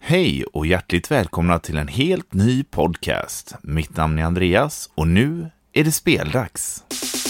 Hej och hjärtligt välkomna till en helt ny podcast. Mitt namn är Andreas och nu är det speldags.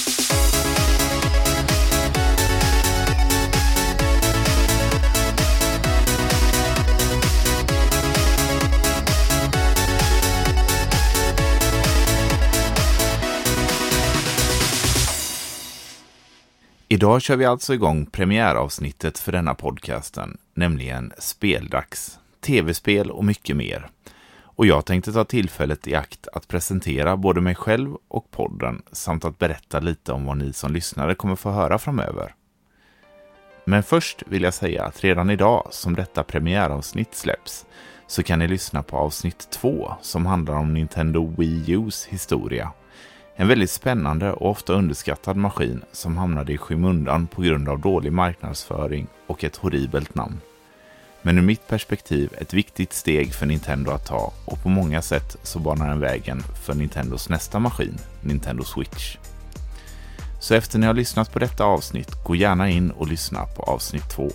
Idag kör vi alltså igång premiäravsnittet för denna podcasten, nämligen speldags, tv-spel och mycket mer. Och jag tänkte ta tillfället i akt att presentera både mig själv och podden samt att berätta lite om vad ni som lyssnare kommer få höra framöver. Men först vill jag säga att redan idag som detta premiäravsnitt släpps så kan ni lyssna på avsnitt 2 som handlar om Nintendo Wii U's historia. En väldigt spännande och ofta underskattad maskin som hamnade i skymundan på grund av dålig marknadsföring och ett horribelt namn. Men ur mitt perspektiv ett viktigt steg för Nintendo att ta och på många sätt så banar den vägen för Nintendos nästa maskin, Nintendo Switch. Så efter ni har lyssnat på detta avsnitt, gå gärna in och lyssna på avsnitt 2.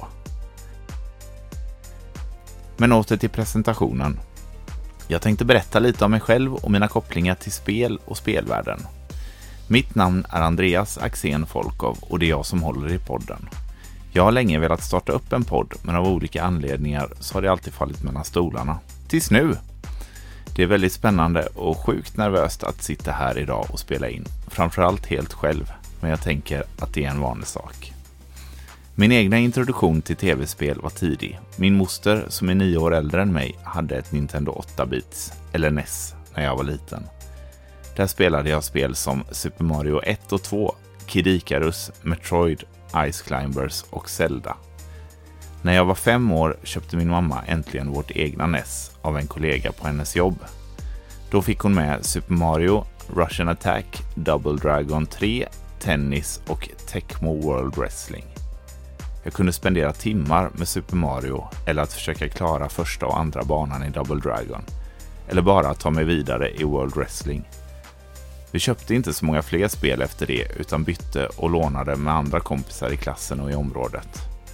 Men åter till presentationen. Jag tänkte berätta lite om mig själv och mina kopplingar till spel och spelvärlden. Mitt namn är Andreas Axén Folkov och det är jag som håller i podden. Jag har länge velat starta upp en podd men av olika anledningar så har det alltid fallit mellan stolarna. Tills nu! Det är väldigt spännande och sjukt nervöst att sitta här idag och spela in. Framförallt helt själv, men jag tänker att det är en vanlig sak. Min egna introduktion till tv-spel var tidig. Min moster, som är 9 år äldre än mig, hade ett Nintendo 8-bits, eller NES, när jag var liten. Där spelade jag spel som Super Mario 1 och 2, Kid Icarus, Metroid, Ice Climbers och Zelda. När jag var 5 år köpte min mamma äntligen vårt egna NES av en kollega på hennes jobb. Då fick hon med Super Mario, Russian Attack, Double Dragon 3, Tennis och Tecmo World Wrestling. Jag kunde spendera timmar med Super Mario eller att försöka klara första och andra banan i Double Dragon. Eller bara att ta mig vidare i World Wrestling. Vi köpte inte så många fler spel efter det utan bytte och lånade med andra kompisar i klassen och i området.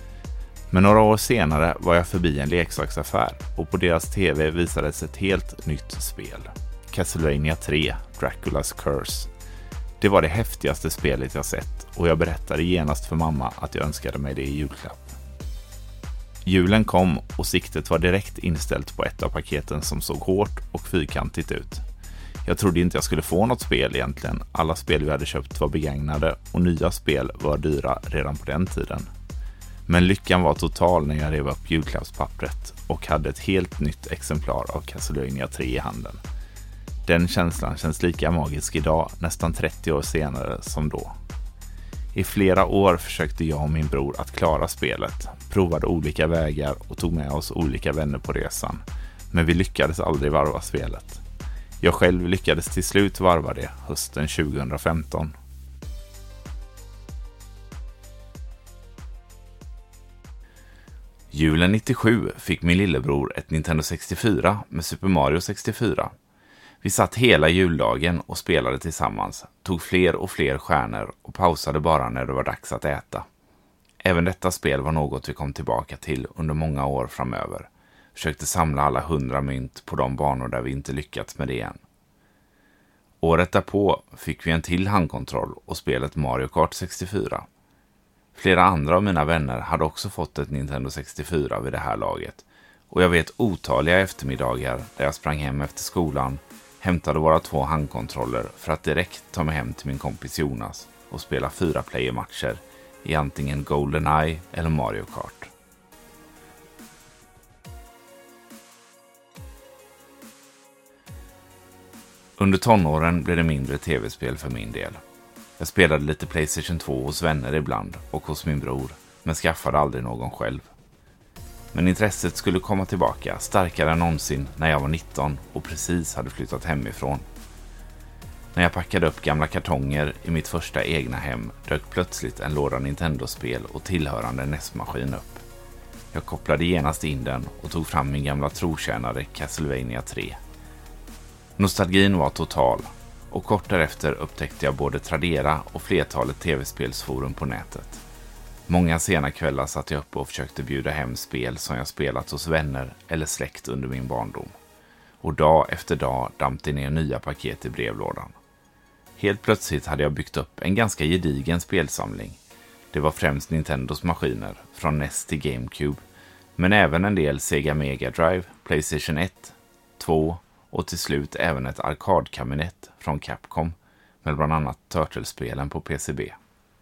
Men några år senare var jag förbi en leksaksaffär och på deras tv visades ett helt nytt spel. Castlevania 3, Dracula's Curse. Det var det häftigaste spelet jag sett och jag berättade genast för mamma att jag önskade mig det i julklapp. Julen kom och siktet var direkt inställt på ett av paketen som såg hårt och fyrkantigt ut. Jag trodde inte jag skulle få något spel egentligen. Alla spel vi hade köpt var begagnade och nya spel var dyra redan på den tiden. Men lyckan var total när jag rev upp julklappspappret och hade ett helt nytt exemplar av Castlevania 3 i handen. Den känslan känns lika magisk idag, nästan 30 år senare som då. I flera år försökte jag och min bror att klara spelet, provade olika vägar och tog med oss olika vänner på resan. Men vi lyckades aldrig varva spelet. Jag själv lyckades till slut varva det hösten 2015. Julen 97 fick min lillebror ett Nintendo 64 med Super Mario 64. Vi satt hela juldagen och spelade tillsammans, tog fler och fler stjärnor och pausade bara när det var dags att äta. Även detta spel var något vi kom tillbaka till under många år framöver. Försökte samla alla 100 mynt på de banor där vi inte lyckats med det än. Året därpå fick vi en till handkontroll och spelet Mario Kart 64. Flera andra av mina vänner hade också fått ett Nintendo 64 vid det här laget. Och jag vet otaliga eftermiddagar där jag sprang hem efter skolan, hämtade våra 2 handkontroller för att direkt ta mig hem till min kompis Jonas och spela 4-player-matcher i antingen GoldenEye eller Mario Kart. Under tonåren blev det mindre tv-spel för min del. Jag spelade lite PlayStation 2 hos vänner ibland och hos min bror, men skaffade aldrig någon själv. Men intresset skulle komma tillbaka starkare än någonsin när jag var 19 och precis hade flyttat hemifrån. När jag packade upp gamla kartonger i mitt första egna hem dök plötsligt en låda Nintendo-spel och tillhörande NES-maskin upp. Jag kopplade genast in den och tog fram min gamla trotjänare Castlevania 3. Nostalgin var total och kort därefter upptäckte jag både Tradera och flertalet tv-spelsforum på nätet. Många sena kvällar satt jag uppe och försökte bjuda hem spel som jag spelat hos vänner eller släkt under min barndom. Och dag efter dag damp det ner nya paket i brevlådan. Helt plötsligt hade jag byggt upp en ganska gedigen spelsamling. Det var främst Nintendos maskiner, från NES till GameCube, men även en del Sega Mega Drive, PlayStation 1, 2 och till slut även ett arkadkabinett från Capcom med bland annat Turtles-spelen på PCB.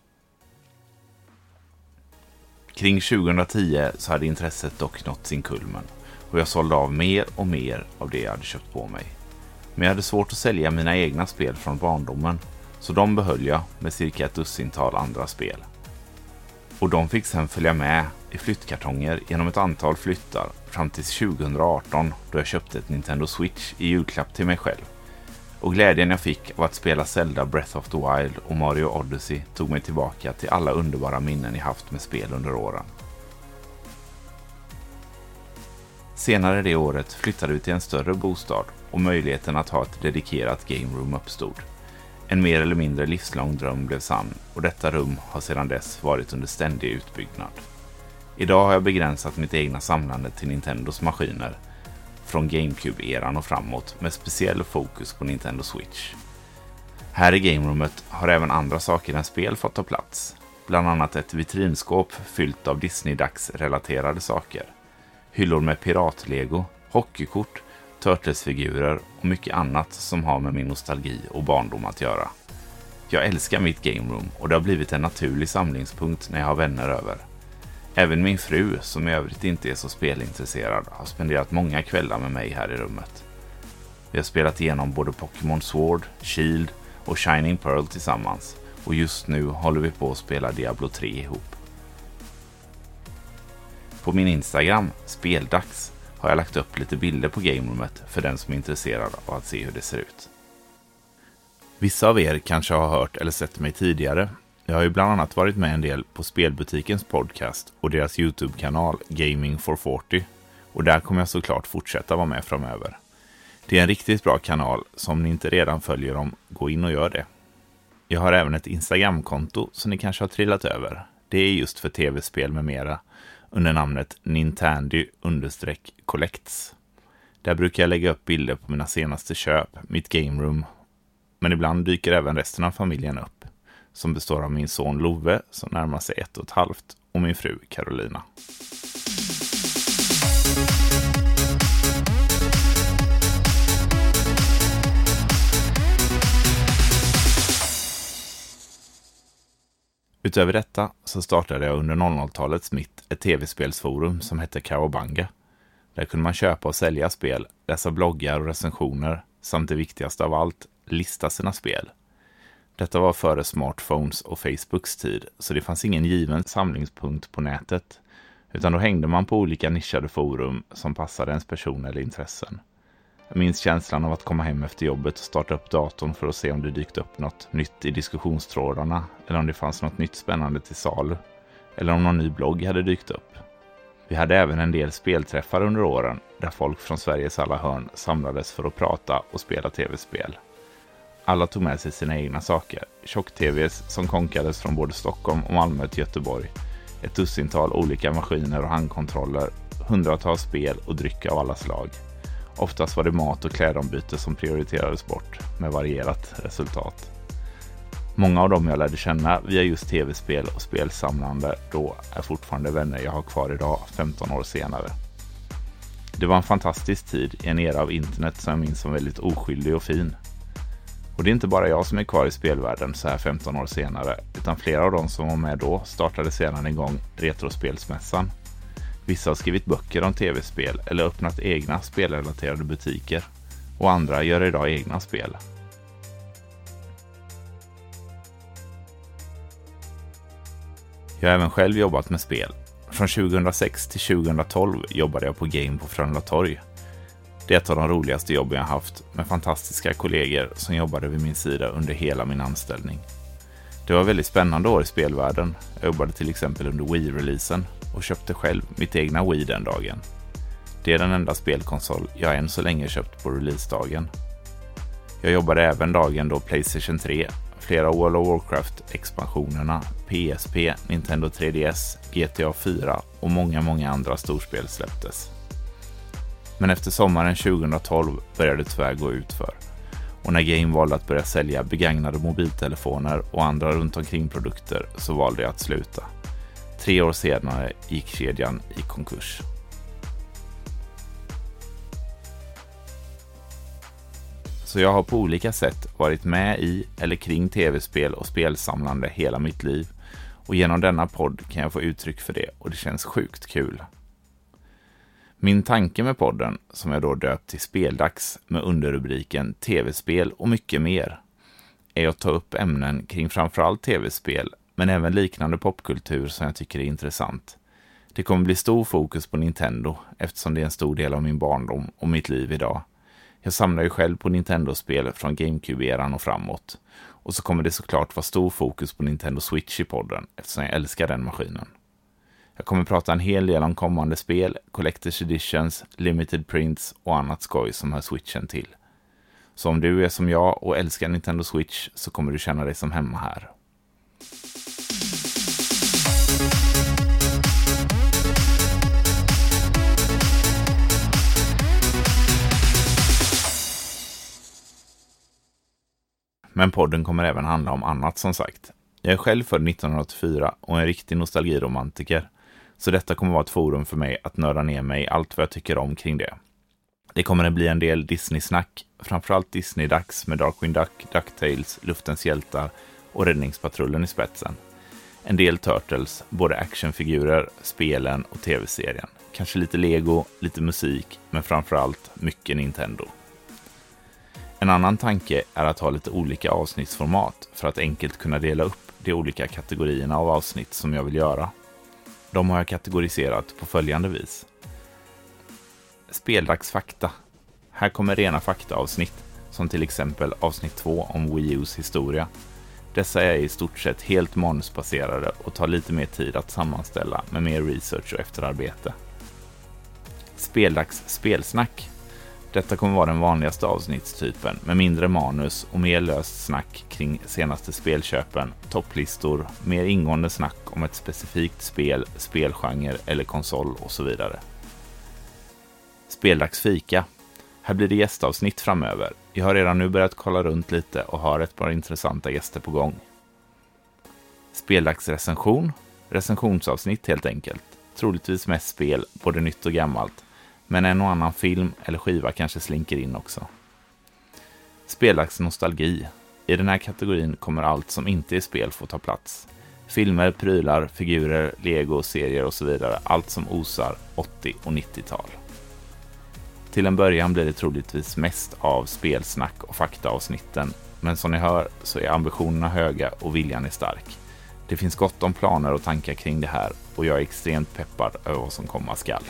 Kring 2010 så hade intresset dock nått sin kulmen och jag sålde av mer och mer av det jag hade köpt på mig. Men jag hade svårt att sälja mina egna spel från barndomen, så de behöll jag med cirka ett dussintal andra spel. Och de fick sedan följa med i flyttkartonger genom ett antal flyttar fram till 2018 då jag köpte ett Nintendo Switch i julklapp till mig själv. Och glädjen jag fick av att spela Zelda Breath of the Wild och Mario Odyssey tog mig tillbaka till alla underbara minnen jag haft med spel under åren. Senare det året flyttade vi till en större bostad och möjligheten att ha ett dedikerat game room uppstod. En mer eller mindre livslång dröm blev sann och detta rum har sedan dess varit under ständig utbyggnad. Idag har jag begränsat mitt egna samlande till Nintendos maskiner från GameCube-eran och framåt med speciell fokus på Nintendo Switch. Här i gameroomet har även andra saker än spel fått ta plats. Bland annat ett vitrinskåp fyllt av Disney-dags-relaterade saker. Hyllor med piratlego, hockeykort, Turtles-figurer och mycket annat som har med min nostalgi och barndom att göra. Jag älskar mitt game room och det har blivit en naturlig samlingspunkt när jag har vänner över. Även min fru, som i övrigt inte är så spelintresserad, har spenderat många kvällar med mig här i rummet. Vi har spelat igenom både Pokémon Sword, Shield och Shining Pearl tillsammans och just nu håller vi på att spela Diablo 3 ihop. På min Instagram, Speldags, har jag lagt upp lite bilder på gameroomet för den som är intresserad av att se hur det ser ut. Vissa av er kanske har hört eller sett mig tidigare. Jag har ju bland annat varit med en del på Spelbutikens podcast och deras YouTube-kanal Gaming for 40 och där kommer jag såklart fortsätta vara med framöver. Det är en riktigt bra kanal, så om ni inte redan följer dem, gå in och gör det. Jag har även ett Instagram-konto som ni kanske har trillat över. Det är just för tv-spel med mera under namnet Nintandy_collects. Där brukar jag lägga upp bilder på mina senaste köp, mitt game room, men ibland dyker även resten av familjen upp, som består av min son Love som närmar sig 1,5 och min fru Carolina. Utöver detta så startade jag under 00-talets mitt ett tv-spelsforum som hette Cowabunga. Där kunde man köpa och sälja spel, läsa bloggar och recensioner samt det viktigaste av allt, lista sina spel. Detta var före smartphones och Facebooks tid, så det fanns ingen given samlingspunkt på nätet, utan då hängde man på olika nischade forum som passade ens person eller intressen. Jag minns känslan av att komma hem efter jobbet och starta upp datorn för att se om det dykt upp något nytt i diskussionstrådarna eller om det fanns något nytt spännande till salu eller om någon ny blogg hade dykt upp. Vi hade även en del spelträffar under åren där folk från Sveriges alla hörn samlades för att prata och spela tv-spel. Alla tog med sig sina egna saker, tjock-tvs som konkades från både Stockholm och Malmö till Göteborg, ett dussintal olika maskiner och handkontroller, hundratals spel och drycker av alla slag. Oftast var det mat- och klädombyte som prioriterades bort, med varierat resultat. Många av dem jag lärde känna via just tv-spel och spelsamlande då är fortfarande vänner jag har kvar idag, 15 år senare. Det var en fantastisk tid i en era av internet som jag minns som väldigt oskyldig och fin. Och det är inte bara jag som är kvar i spelvärlden så här 15 år senare, utan flera av de som var med då startade sedan en gång Retrospelsmässan. Vissa har skrivit böcker om tv-spel eller öppnat egna spelrelaterade butiker och andra gör idag egna spel. Jag har även själv jobbat med spel. Från 2006 till 2012 jobbade jag på Game på Frölunda Torg. Det är ett av de roligaste jobben jag haft med fantastiska kollegor som jobbade vid min sida under hela min anställning. Det var väldigt spännande år i spelvärlden. Jag jobbade till exempel under Wii-releasen och köpte själv mitt egna Wii den dagen. Det är den enda spelkonsol jag än så länge köpt på releasedagen. Jag jobbade även dagen då PlayStation 3, flera World of Warcraft-expansionerna, PSP, Nintendo 3DS, GTA 4 och många andra storspel släpptes. Men efter sommaren 2012 började det tyvärr gå ut för. Och när Game valde att börja sälja begagnade mobiltelefoner och andra runt omkring produkter så valde jag att sluta. 3 år senare gick kedjan i konkurs. Så jag har på olika sätt varit med i eller kring tv-spel och spelsamlande hela mitt liv. Och genom denna podd kan jag få uttryck för det och det känns sjukt kul. Min tanke med podden, som jag då döpt till Speldags med underrubriken tv-spel och mycket mer, är att ta upp ämnen kring framförallt tv-spel men även liknande popkultur som jag tycker är intressant. Det kommer bli stor fokus på Nintendo eftersom det är en stor del av min barndom och mitt liv idag. Jag samlar ju själv på Nintendo-spel från GameCube-eran och framåt. Och så kommer det såklart vara stor fokus på Nintendo Switch i podden eftersom jag älskar den maskinen. Jag kommer prata en hel del om kommande spel, Collector's Editions, Limited Prints och annat skoj som hör Switchen till. Så om du är som jag och älskar Nintendo Switch så kommer du känna dig som hemma här. Men podden kommer även handla om annat som sagt. Jag är själv född 1984 och en riktig nostalgiromantiker. Så detta kommer vara ett forum för mig att nörda ner mig i allt vad jag tycker om kring det. Det kommer att bli en del Disney-snack, framförallt Disney-dags med Darkwing Duck, DuckTales, Luftens hjältar och Räddningspatrullen i spetsen. En del Turtles, både actionfigurer, spelen och tv-serien. Kanske lite Lego, lite musik, men framförallt mycket Nintendo. En annan tanke är att ha lite olika avsnittsformat för att enkelt kunna dela upp de olika kategorierna av avsnitt som jag vill göra. De har jag kategoriserat på följande vis. Speldagsfakta. Här kommer rena faktaavsnitt, som till exempel avsnitt 2 om Wii U's historia. Dessa är i stort sett helt manusbaserade och tar lite mer tid att sammanställa med mer research och efterarbete. Speldags spelsnack. Detta kommer vara den vanligaste avsnittstypen med mindre manus och mer löst snack kring senaste spelköpen, topplistor, mer ingående snack om ett specifikt spel, spelgenre eller konsol och så vidare. Speldagsfika. Här blir det gästavsnitt framöver. Jag har redan nu börjat kolla runt lite och har ett par intressanta gäster på gång. Speldagsrecension. Recensionsavsnitt helt enkelt. Troligtvis mest spel, både nytt och gammalt. Men en och annan film eller skiva kanske slinker in också. Speldagsnostalgi. I den här kategorin kommer allt som inte är spel få ta plats. Filmer, prylar, figurer, Lego, serier och så vidare. Allt som osar 80- och 90-tal. Till en början blir det troligtvis mest av spelsnack och faktaavsnitten. Men som ni hör så är ambitionerna höga och viljan är stark. Det finns gott om planer och tankar kring det här och jag är extremt peppad över vad som komma skall.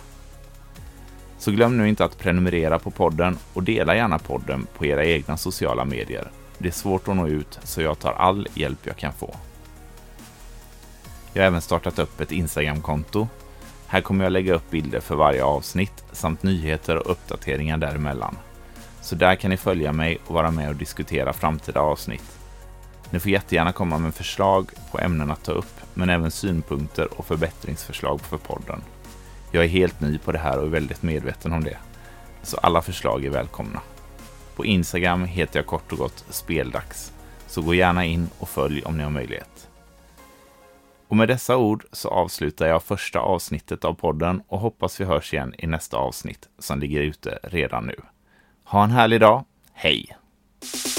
Så glöm nu inte att prenumerera på podden och dela gärna podden på era egna sociala medier. Det är svårt att nå ut så jag tar all hjälp jag kan få. Jag har även startat upp ett Instagram-konto. Här kommer jag lägga upp bilder för varje avsnitt samt nyheter och uppdateringar däremellan. Så där kan ni följa mig och vara med och diskutera framtida avsnitt. Ni får jättegärna komma med förslag på ämnen att ta upp men även synpunkter och förbättringsförslag för podden. Jag är helt ny på det här och är väldigt medveten om det. Så alla förslag är välkomna. På Instagram heter jag kort och gott Speldags. Så gå gärna in och följ om ni har möjlighet. Och med dessa ord så avslutar jag första avsnittet av podden och hoppas vi hörs igen i nästa avsnitt som ligger ute redan nu. Ha en härlig dag. Hej!